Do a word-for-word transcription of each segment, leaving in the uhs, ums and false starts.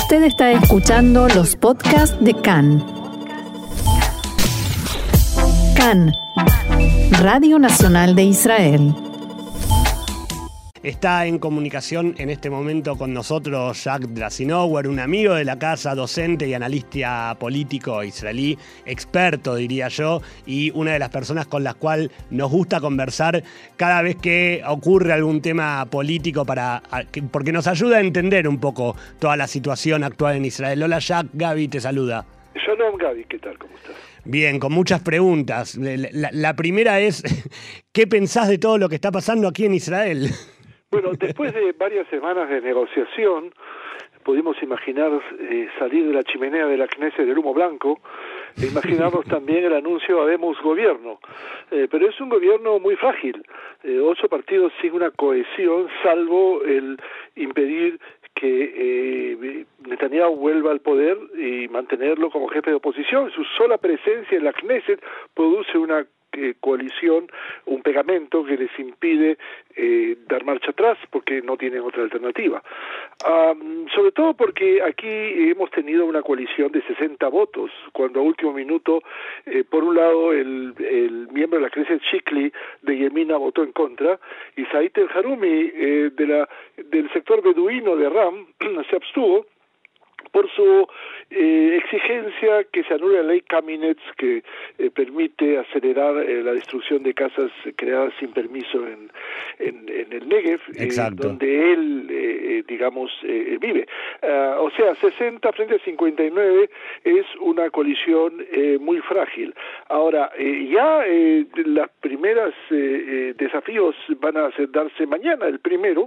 Usted está escuchando los podcasts de C A N. C A N, Radio Nacional de Israel. Está en comunicación en este momento con nosotros Jack Drassinauer, un amigo de la casa, docente y analista político israelí, experto diría yo, y una de las personas con las cuales nos gusta conversar cada vez que ocurre algún tema político, para, porque nos ayuda a entender un poco toda la situación actual en Israel. Hola Jack, Gaby te saluda. Shalom Gaby, ¿qué tal? ¿Cómo estás? Bien, con muchas preguntas. La, la primera es, ¿qué pensás de todo lo que está pasando aquí en Israel? Bueno, después de varias semanas de negociación, pudimos imaginar eh, salir de la chimenea de la Knesset del humo blanco, e imaginarnos también el anuncio Habemos gobierno. Eh, pero es un gobierno muy frágil, eh, ocho partidos sin una cohesión, salvo el impedir que eh, Netanyahu vuelva al poder y mantenerlo como jefe de oposición. Su sola presencia en la Knesset produce una Eh, coalición, un pegamento que les impide eh, dar marcha atrás porque no tienen otra alternativa. Um, sobre todo porque aquí hemos tenido una coalición de sesenta votos, cuando a último minuto, eh, por un lado, el, el miembro de la Knesset Shikli de Yemina votó en contra, y Said El-Harumi eh, de la, del sector beduino de Ram se abstuvo por su eh, exigencia que se anule la ley Kamenetz, que eh, permite acelerar eh, la destrucción de casas creadas sin permiso en, en, en el Negev, eh, donde él, eh, digamos, eh, vive. Uh, o sea, sesenta frente a cincuenta y nueve es una coalición eh, muy frágil. Ahora, eh, ya eh, las primeras eh, eh, desafíos van a hacer, darse mañana, el primero,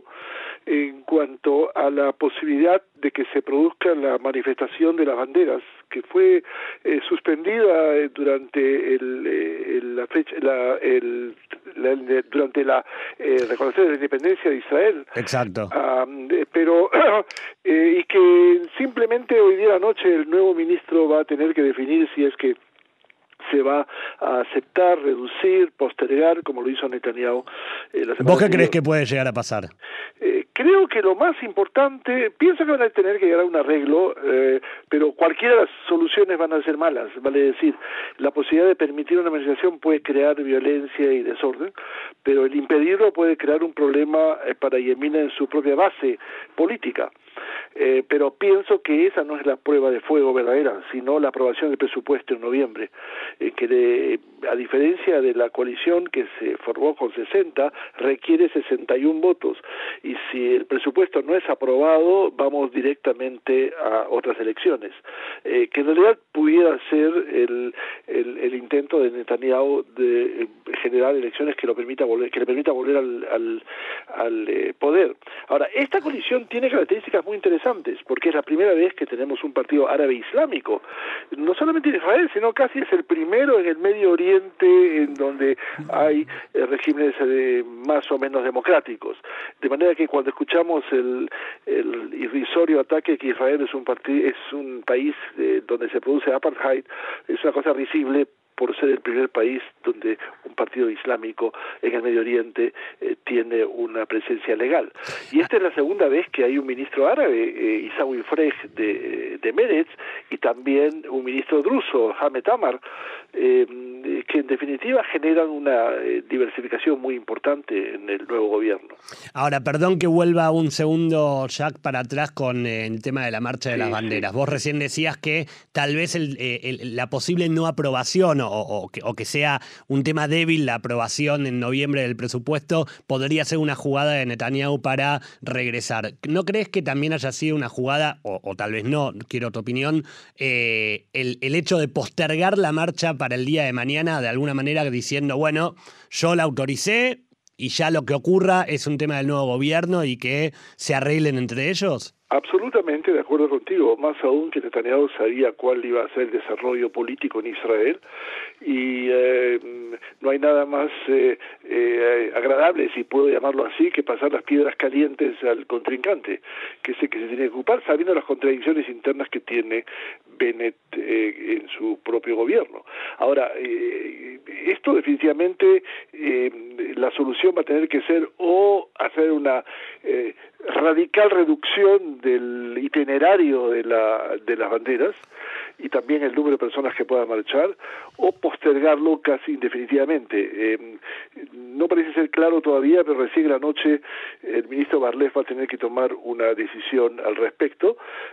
en cuanto a la posibilidad de que se produzca la manifestación de las banderas, que fue eh, suspendida eh, durante el, eh, el, la fecha, la, el, la, el, durante la eh, reconocer de la independencia de Israel. Exacto. Um, eh, pero eh, y que simplemente hoy día a la noche el nuevo ministro va a tener que definir si es que se va a aceptar, reducir, postergar, como lo hizo Netanyahu. Eh, la ¿Vos qué crees que puede llegar a pasar? Eh, creo que lo más importante, pienso que van a tener que llegar a un arreglo, eh, pero cualquiera de las soluciones van a ser malas, vale decir, la posibilidad de permitir una manifestación puede crear violencia y desorden, pero el impedirlo puede crear un problema eh, para Yemina en su propia base política. Eh, pero pienso que esa no es la prueba de fuego verdadera, sino la aprobación del presupuesto en noviembre, eh, que de, a diferencia de la coalición que se formó con sesenta, requiere sesenta y uno votos, y si el presupuesto no es aprobado, vamos directamente a otras elecciones, eh, que en realidad pudiera ser el, el, el intento de Netanyahu de eh, generar elecciones que lo permita volver, que le permita volver al, al, al eh, poder. Ahora, esta coalición tiene características muy interesantes, porque es la primera vez que tenemos un partido árabe islámico, no solamente en Israel, sino casi es el primero en el Medio Oriente en donde hay eh, regímenes eh, más o menos democráticos, de manera que cuando escuchamos el, el irrisorio ataque que Israel es un partido, es un país eh, donde se produce apartheid, es una cosa risible por ser el primer país donde un partido islámico en el Medio Oriente eh, tiene una presencia legal. Y esta es la segunda vez que hay un ministro árabe, eh, Isawi Freg de, de Meretz, y también un ministro druso, Hamed Amar, eh, que en definitiva generan una eh, diversificación muy importante en el nuevo gobierno. Ahora, perdón que vuelva un segundo, Jack, para atrás con eh, el tema de la marcha de sí, las banderas. Sí. Vos recién decías que tal vez el, eh, el, la posible no aprobación o, o, que, o que sea un tema débil la aprobación en noviembre del presupuesto podría ser una jugada de Netanyahu para regresar. ¿No crees que también haya sido una jugada, o, o tal vez no, quiero tu opinión, eh, el, el hecho de postergar la marcha para el día de mañana, de alguna manera diciendo, bueno, yo la autoricé y ya lo que ocurra es un tema del nuevo gobierno y que se arreglen entre ellos? Absolutamente de acuerdo contigo, más aún que Netanyahu sabía cuál iba a ser el desarrollo político en Israel, y eh, no hay nada más eh, eh, agradable, si puedo llamarlo así, que pasar las piedras calientes al contrincante, que es el que se tiene que ocupar, sabiendo las contradicciones internas que tiene Bennett eh, en su propio gobierno. Ahora, eh, esto definitivamente, eh, la solución va a tener que ser o hacer una, eh, radical reducción del itinerario de, la, de las banderas y también el número de personas que puedan marchar, o postergarlo casi indefinitivamente. Eh, no parece ser claro todavía, pero recién en la noche el ministro Bar-Lev va a tener que tomar una decisión al respecto.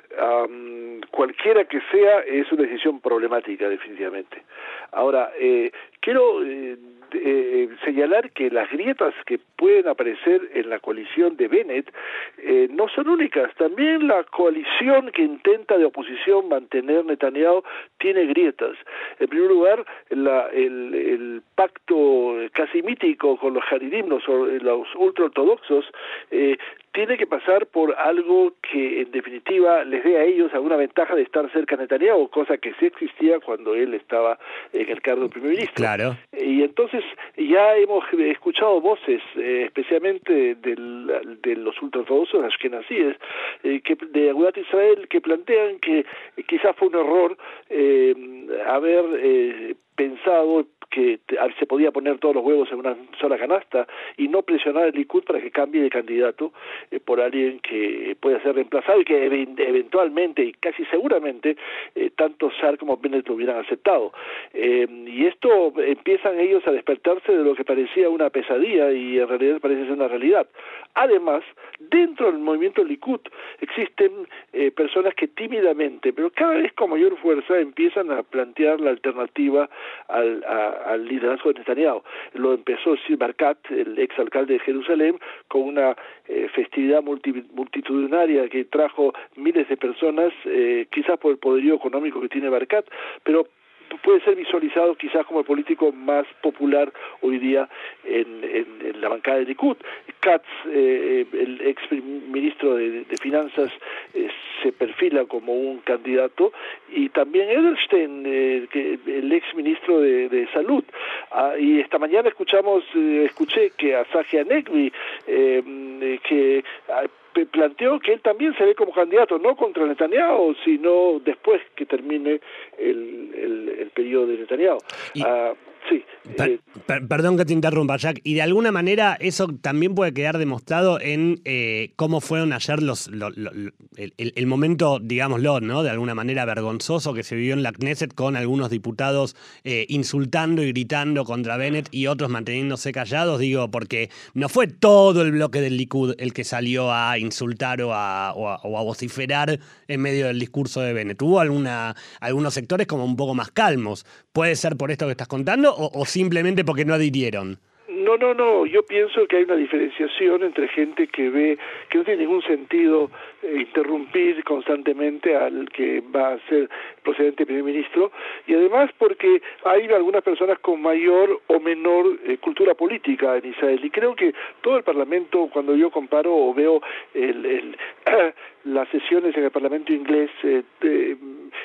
Um, cualquiera que sea, es una decisión problemática, definitivamente. Ahora, eh, quiero... Eh, Eh, señalar que las grietas que pueden aparecer en la coalición de Bennett eh, no son únicas. También la coalición que intenta de oposición mantener Netanyahu tiene grietas. En primer lugar, la, el, el pacto casi mítico con los Haridim, los, los ultraortodoxos, eh, tiene que pasar por algo que en definitiva les dé a ellos alguna ventaja de estar cerca de Netanyahu, cosa que sí existía cuando él estaba en el cargo de primer ministro. Claro. Y entonces ya hemos escuchado voces, eh, especialmente del, de los ultraortodoxos ashkenazíes, eh, que de Agudat Israel, que plantean que quizás fue un error eh, haber eh, pensado que se podía poner todos los huevos en una sola canasta y no presionar al Likud para que cambie de candidato eh, por alguien que pueda ser reemplazado y que eventualmente y casi seguramente eh, tanto Sar como Bennett lo hubieran aceptado. Eh, y esto empiezan ellos a despertarse de lo que parecía una pesadilla y en realidad parece ser una realidad. Además, dentro del movimiento Likud existen eh, personas que tímidamente, pero cada vez con mayor fuerza, empiezan a plantear la alternativa al, a, al liderazgo de Netanyahu. Lo empezó Sir Barkat, el exalcalde de Jerusalén, con una eh, festividad multi, multitudinaria que trajo miles de personas, eh, quizás por el poderío económico que tiene Barkat, pero puede ser visualizado quizás como el político más popular hoy día en, en, en la bancada de Likud. Katz, eh, el ex ministro de, de Finanzas, eh, se perfila como un candidato, y también Edelstein, eh, que, el ex ministro de, de Salud. Ah, y esta mañana escuchamos, eh, escuché que a Tzachi Hanegbi, eh, que ah, planteó que él también se ve como candidato, no contra Netanyahu, sino después que termine el, el, el periodo de Netanyahu. Y... Uh, sí. Per, eh, per, perdón que te interrumpa, Jack. Y de alguna manera eso también puede quedar demostrado en eh, cómo fueron ayer los, lo, lo, el, el, el momento, digámoslo, ¿no? De alguna manera vergonzoso que se vivió en la Knesset, con algunos diputados eh, insultando y gritando contra Bennett y otros manteniéndose callados. Digo, porque no fue todo el bloque del Likud el que salió a insultar o a, o a, o a vociferar en medio del discurso de Bennett. Hubo alguna, algunos sectores como un poco más calmos. ¿Puede ser por esto que estás contando o, o simplemente porque no adhirieron? No, no, no. Yo pienso que hay una diferenciación entre gente que ve que no tiene ningún sentido eh, interrumpir constantemente al que va a ser procedente primer ministro, y además porque hay algunas personas con mayor o menor eh, cultura política en Israel. Y creo que todo el Parlamento, cuando yo comparo o veo el, el, las sesiones en el Parlamento inglés, eh, eh,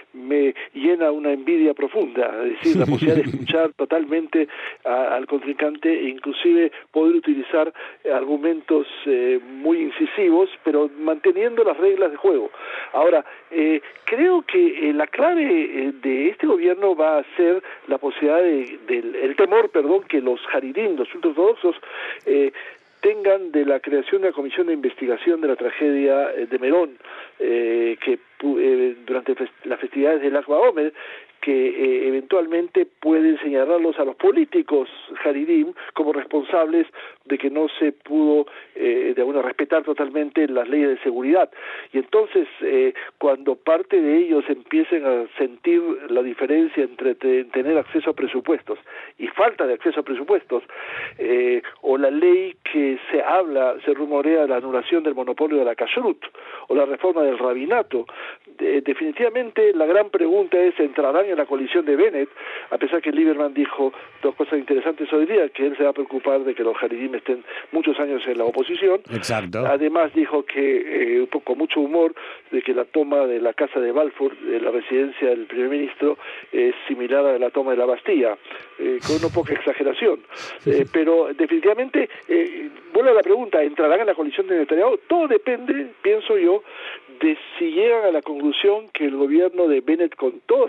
me llena una envidia profunda, es decir, la posibilidad de escuchar totalmente a, al contrincante e inclusive poder utilizar argumentos eh, muy incisivos, pero manteniendo las reglas de juego. Ahora, eh, creo que eh, la clave eh, de este gobierno va a ser la posibilidad de, del el temor, perdón, que los Haridim, los ultraortodoxos, eh, tengan de la creación de la comisión de investigación de la tragedia de Merón, eh, que eh, durante las festividades del Lag BaOmer, que eh, eventualmente pueden señalarlos a los políticos Haridim como responsables de que no se pudo eh, de alguna respetar totalmente las leyes de seguridad. Y entonces, eh, cuando parte de ellos empiecen a sentir la diferencia entre te, tener acceso a presupuestos y falta de acceso a presupuestos, eh, o la ley que se habla, se rumorea, la anulación del monopolio de la kashrut, o la reforma del rabinato, de, definitivamente la gran pregunta es, ¿entrarán en la coalición de Bennett? A pesar que Lieberman dijo dos cosas interesantes hoy día, que él se va a preocupar de que los Haridim estén muchos años en la oposición. Exacto. Además dijo que, eh, con mucho humor, de que la toma de la casa de Balfour, de la residencia del primer ministro, es similar a la toma de la Bastilla, eh, con una poca exageración. Eh, pero definitivamente, eh, vuelvo a la pregunta, ¿entrarán en la coalición de Netanyahu? Todo depende, pienso yo, de si llegan a la conclusión que el gobierno de Bennett, con todas sus debilidades,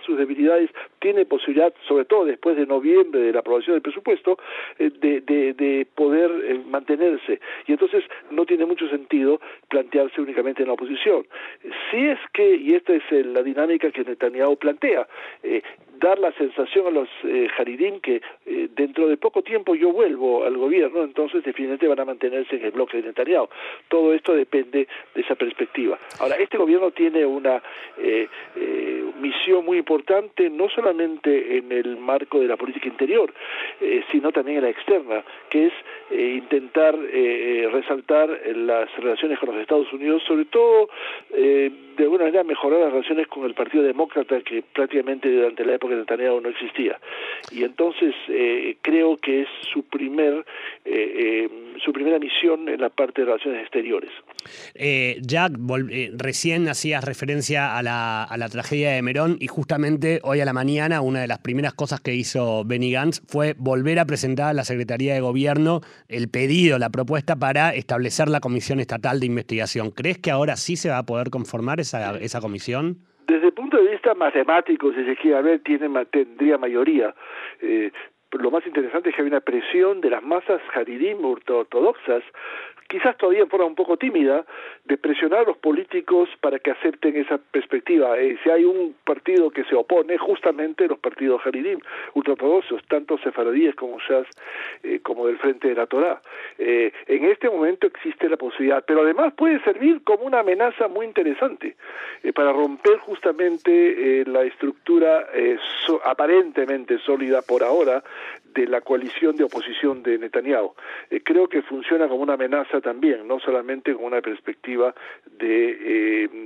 posibilidades, tiene posibilidad, sobre todo después de noviembre de la aprobación del presupuesto, eh, de, de, de poder eh, mantenerse. Y entonces no tiene mucho sentido plantearse únicamente en la oposición. Si es que, y esta es eh, la dinámica que Netanyahu plantea, eh, dar la sensación a los eh, Haridim que eh, dentro de poco tiempo yo vuelvo al gobierno, entonces definitivamente van a mantenerse en el bloque de Netanyahu. Todo esto depende de esa perspectiva. Ahora, este gobierno tiene una eh, eh, misión muy importante, no solamente en el marco de la política interior, eh, sino también en la externa, que es eh, intentar eh, resaltar las relaciones con los Estados Unidos, sobre todo eh, de alguna manera mejorar las relaciones con el Partido Demócrata, que prácticamente durante la época de Netanyahu no existía. Y entonces eh, creo que es su primer eh, eh, su primera misión en la parte de relaciones exteriores. Eh, Jack, eh, recién hacías referencia a la, a la tragedia de Meron y justamente hoy a la mañana una de las primeras cosas que hizo Benny Gantz fue volver a presentar a la Secretaría de Gobierno el pedido, la propuesta para establecer la Comisión Estatal de Investigación. ¿Crees que ahora sí se va a poder conformar esa, esa comisión? Desde el punto de vista matemático, si se quiere ver, tiene, tendría mayoría. Eh, lo más interesante es que hay una presión de las masas haridim ortodoxas, quizás todavía en forma un poco tímida, de presionar a los políticos para que acepten esa perspectiva. Eh, si hay un partido que se opone, justamente los partidos haridim ultraortodoxos, tanto sefaradíes como shas, eh, como del Frente de la Torá. Eh, en este momento existe la posibilidad, pero además puede servir como una amenaza muy interesante eh, para romper justamente eh, la estructura eh, so, aparentemente sólida por ahora de la coalición de oposición de Netanyahu. Eh, creo que funciona como una amenaza también, no solamente con una perspectiva de, eh,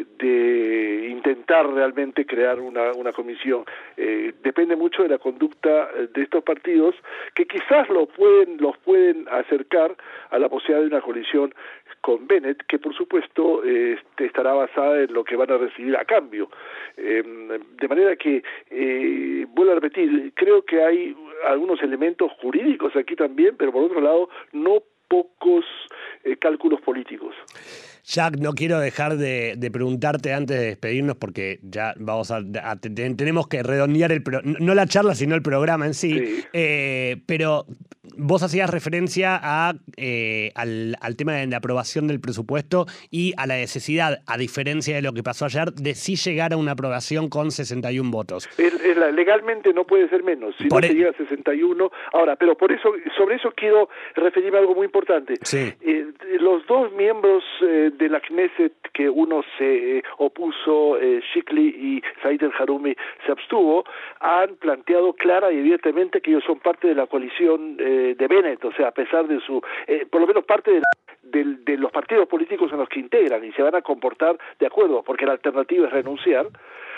de intentar realmente crear una, una comisión. Eh, depende mucho de la conducta de estos partidos, que quizás lo pueden, los pueden acercar a la posibilidad de una coalición con Bennett, que por supuesto eh, estará basada en lo que van a recibir a cambio. Eh, de manera que, eh, vuelvo a repetir, creo que hay algunos elementos jurídicos aquí también, pero por otro lado, no pocos eh, cálculos políticos. Jack, no quiero dejar de, de preguntarte antes de despedirnos porque ya vamos a, a te, tenemos que redondear el pro, no la charla sino el programa en sí, sí. Eh, pero vos hacías referencia a, eh, al, al tema de la aprobación del presupuesto y a la necesidad, a diferencia de lo que pasó ayer, de sí llegar a una aprobación con sesenta y un votos. Es, es la, legalmente no puede ser menos, si por no el... se llega a sesenta y uno. Ahora, pero por eso, sobre eso quiero referirme a algo muy importante. Sí. Eh, los dos miembros eh, de la Knesset, que uno se eh, opuso, eh, Shikli y Said el-Harumi se abstuvo, han planteado clara y evidentemente que ellos son parte de la coalición eh, de Bennett, o sea, a pesar de su, eh, por lo menos parte de, la, de, de los partidos políticos en los que integran, y se van a comportar de acuerdo, porque la alternativa es renunciar,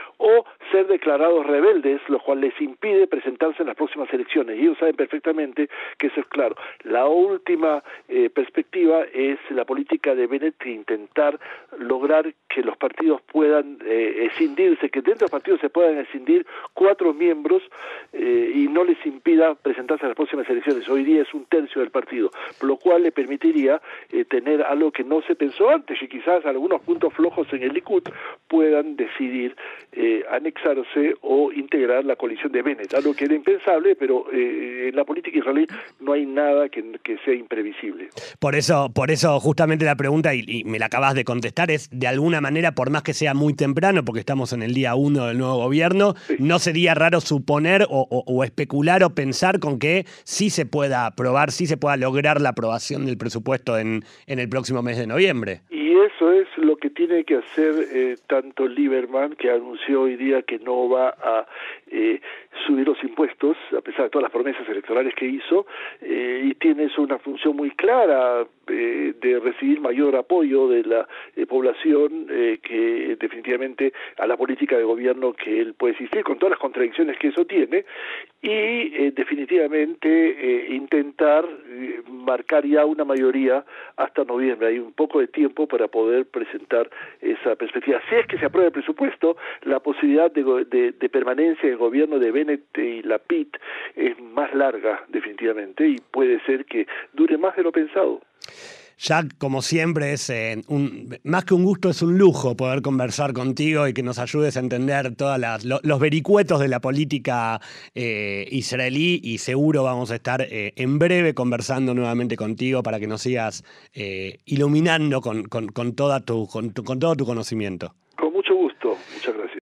o ser declarados rebeldes, lo cual les impide presentarse en las próximas elecciones. Y ellos saben perfectamente que eso es claro. La última eh, perspectiva es la política de Bennett, intentar lograr que los partidos puedan eh, escindirse, que dentro de los partidos se puedan escindir cuatro miembros eh, y no les impida presentarse en las próximas elecciones. Hoy día es un tercio del partido, lo cual le permitiría eh, tener algo que no se pensó antes, y quizás algunos puntos flojos en el Likud puedan decidir eh, Eh, anexarse o integrar la coalición de Bennett, algo que era impensable, pero eh, en la política israelí no hay nada que, que sea imprevisible. Por eso, por eso justamente la pregunta, y, y me la acabas de contestar, es de alguna manera, por más que sea muy temprano, porque estamos en el día uno del nuevo gobierno, sí. No sería raro suponer o, o, o especular o pensar con que sí se pueda aprobar, sí se pueda lograr la aprobación del presupuesto en, en el próximo mes de noviembre. Y eso es lo que tiene que hacer eh, tanto Lieberman, que anunció hoy día que no va a eh, subir los impuestos, a pesar de todas las promesas electorales que hizo, eh, y tiene eso una función muy clara eh, de recibir mayor apoyo de la eh, población, eh, que definitivamente a la política de gobierno que él puede existir, con todas las contradicciones que eso tiene, y eh, definitivamente eh, intentar eh, marcar ya una mayoría hasta noviembre. Hay un poco de tiempo para poder presentar esa perspectiva. Si es que se aprueba el presupuesto, la posibilidad de, de, de permanencia del gobierno de Bennett y Lapid es más larga, definitivamente, y puede ser que dure más de lo pensado. Jack, como siempre, es eh, un, más que un gusto, es un lujo poder conversar contigo y que nos ayudes a entender todos lo, los vericuetos de la política eh, israelí, y seguro vamos a estar eh, en breve conversando nuevamente contigo para que nos sigas eh, iluminando con, con, con, toda tu, con, tu, con todo tu conocimiento. Con mucho gusto, muchas gracias.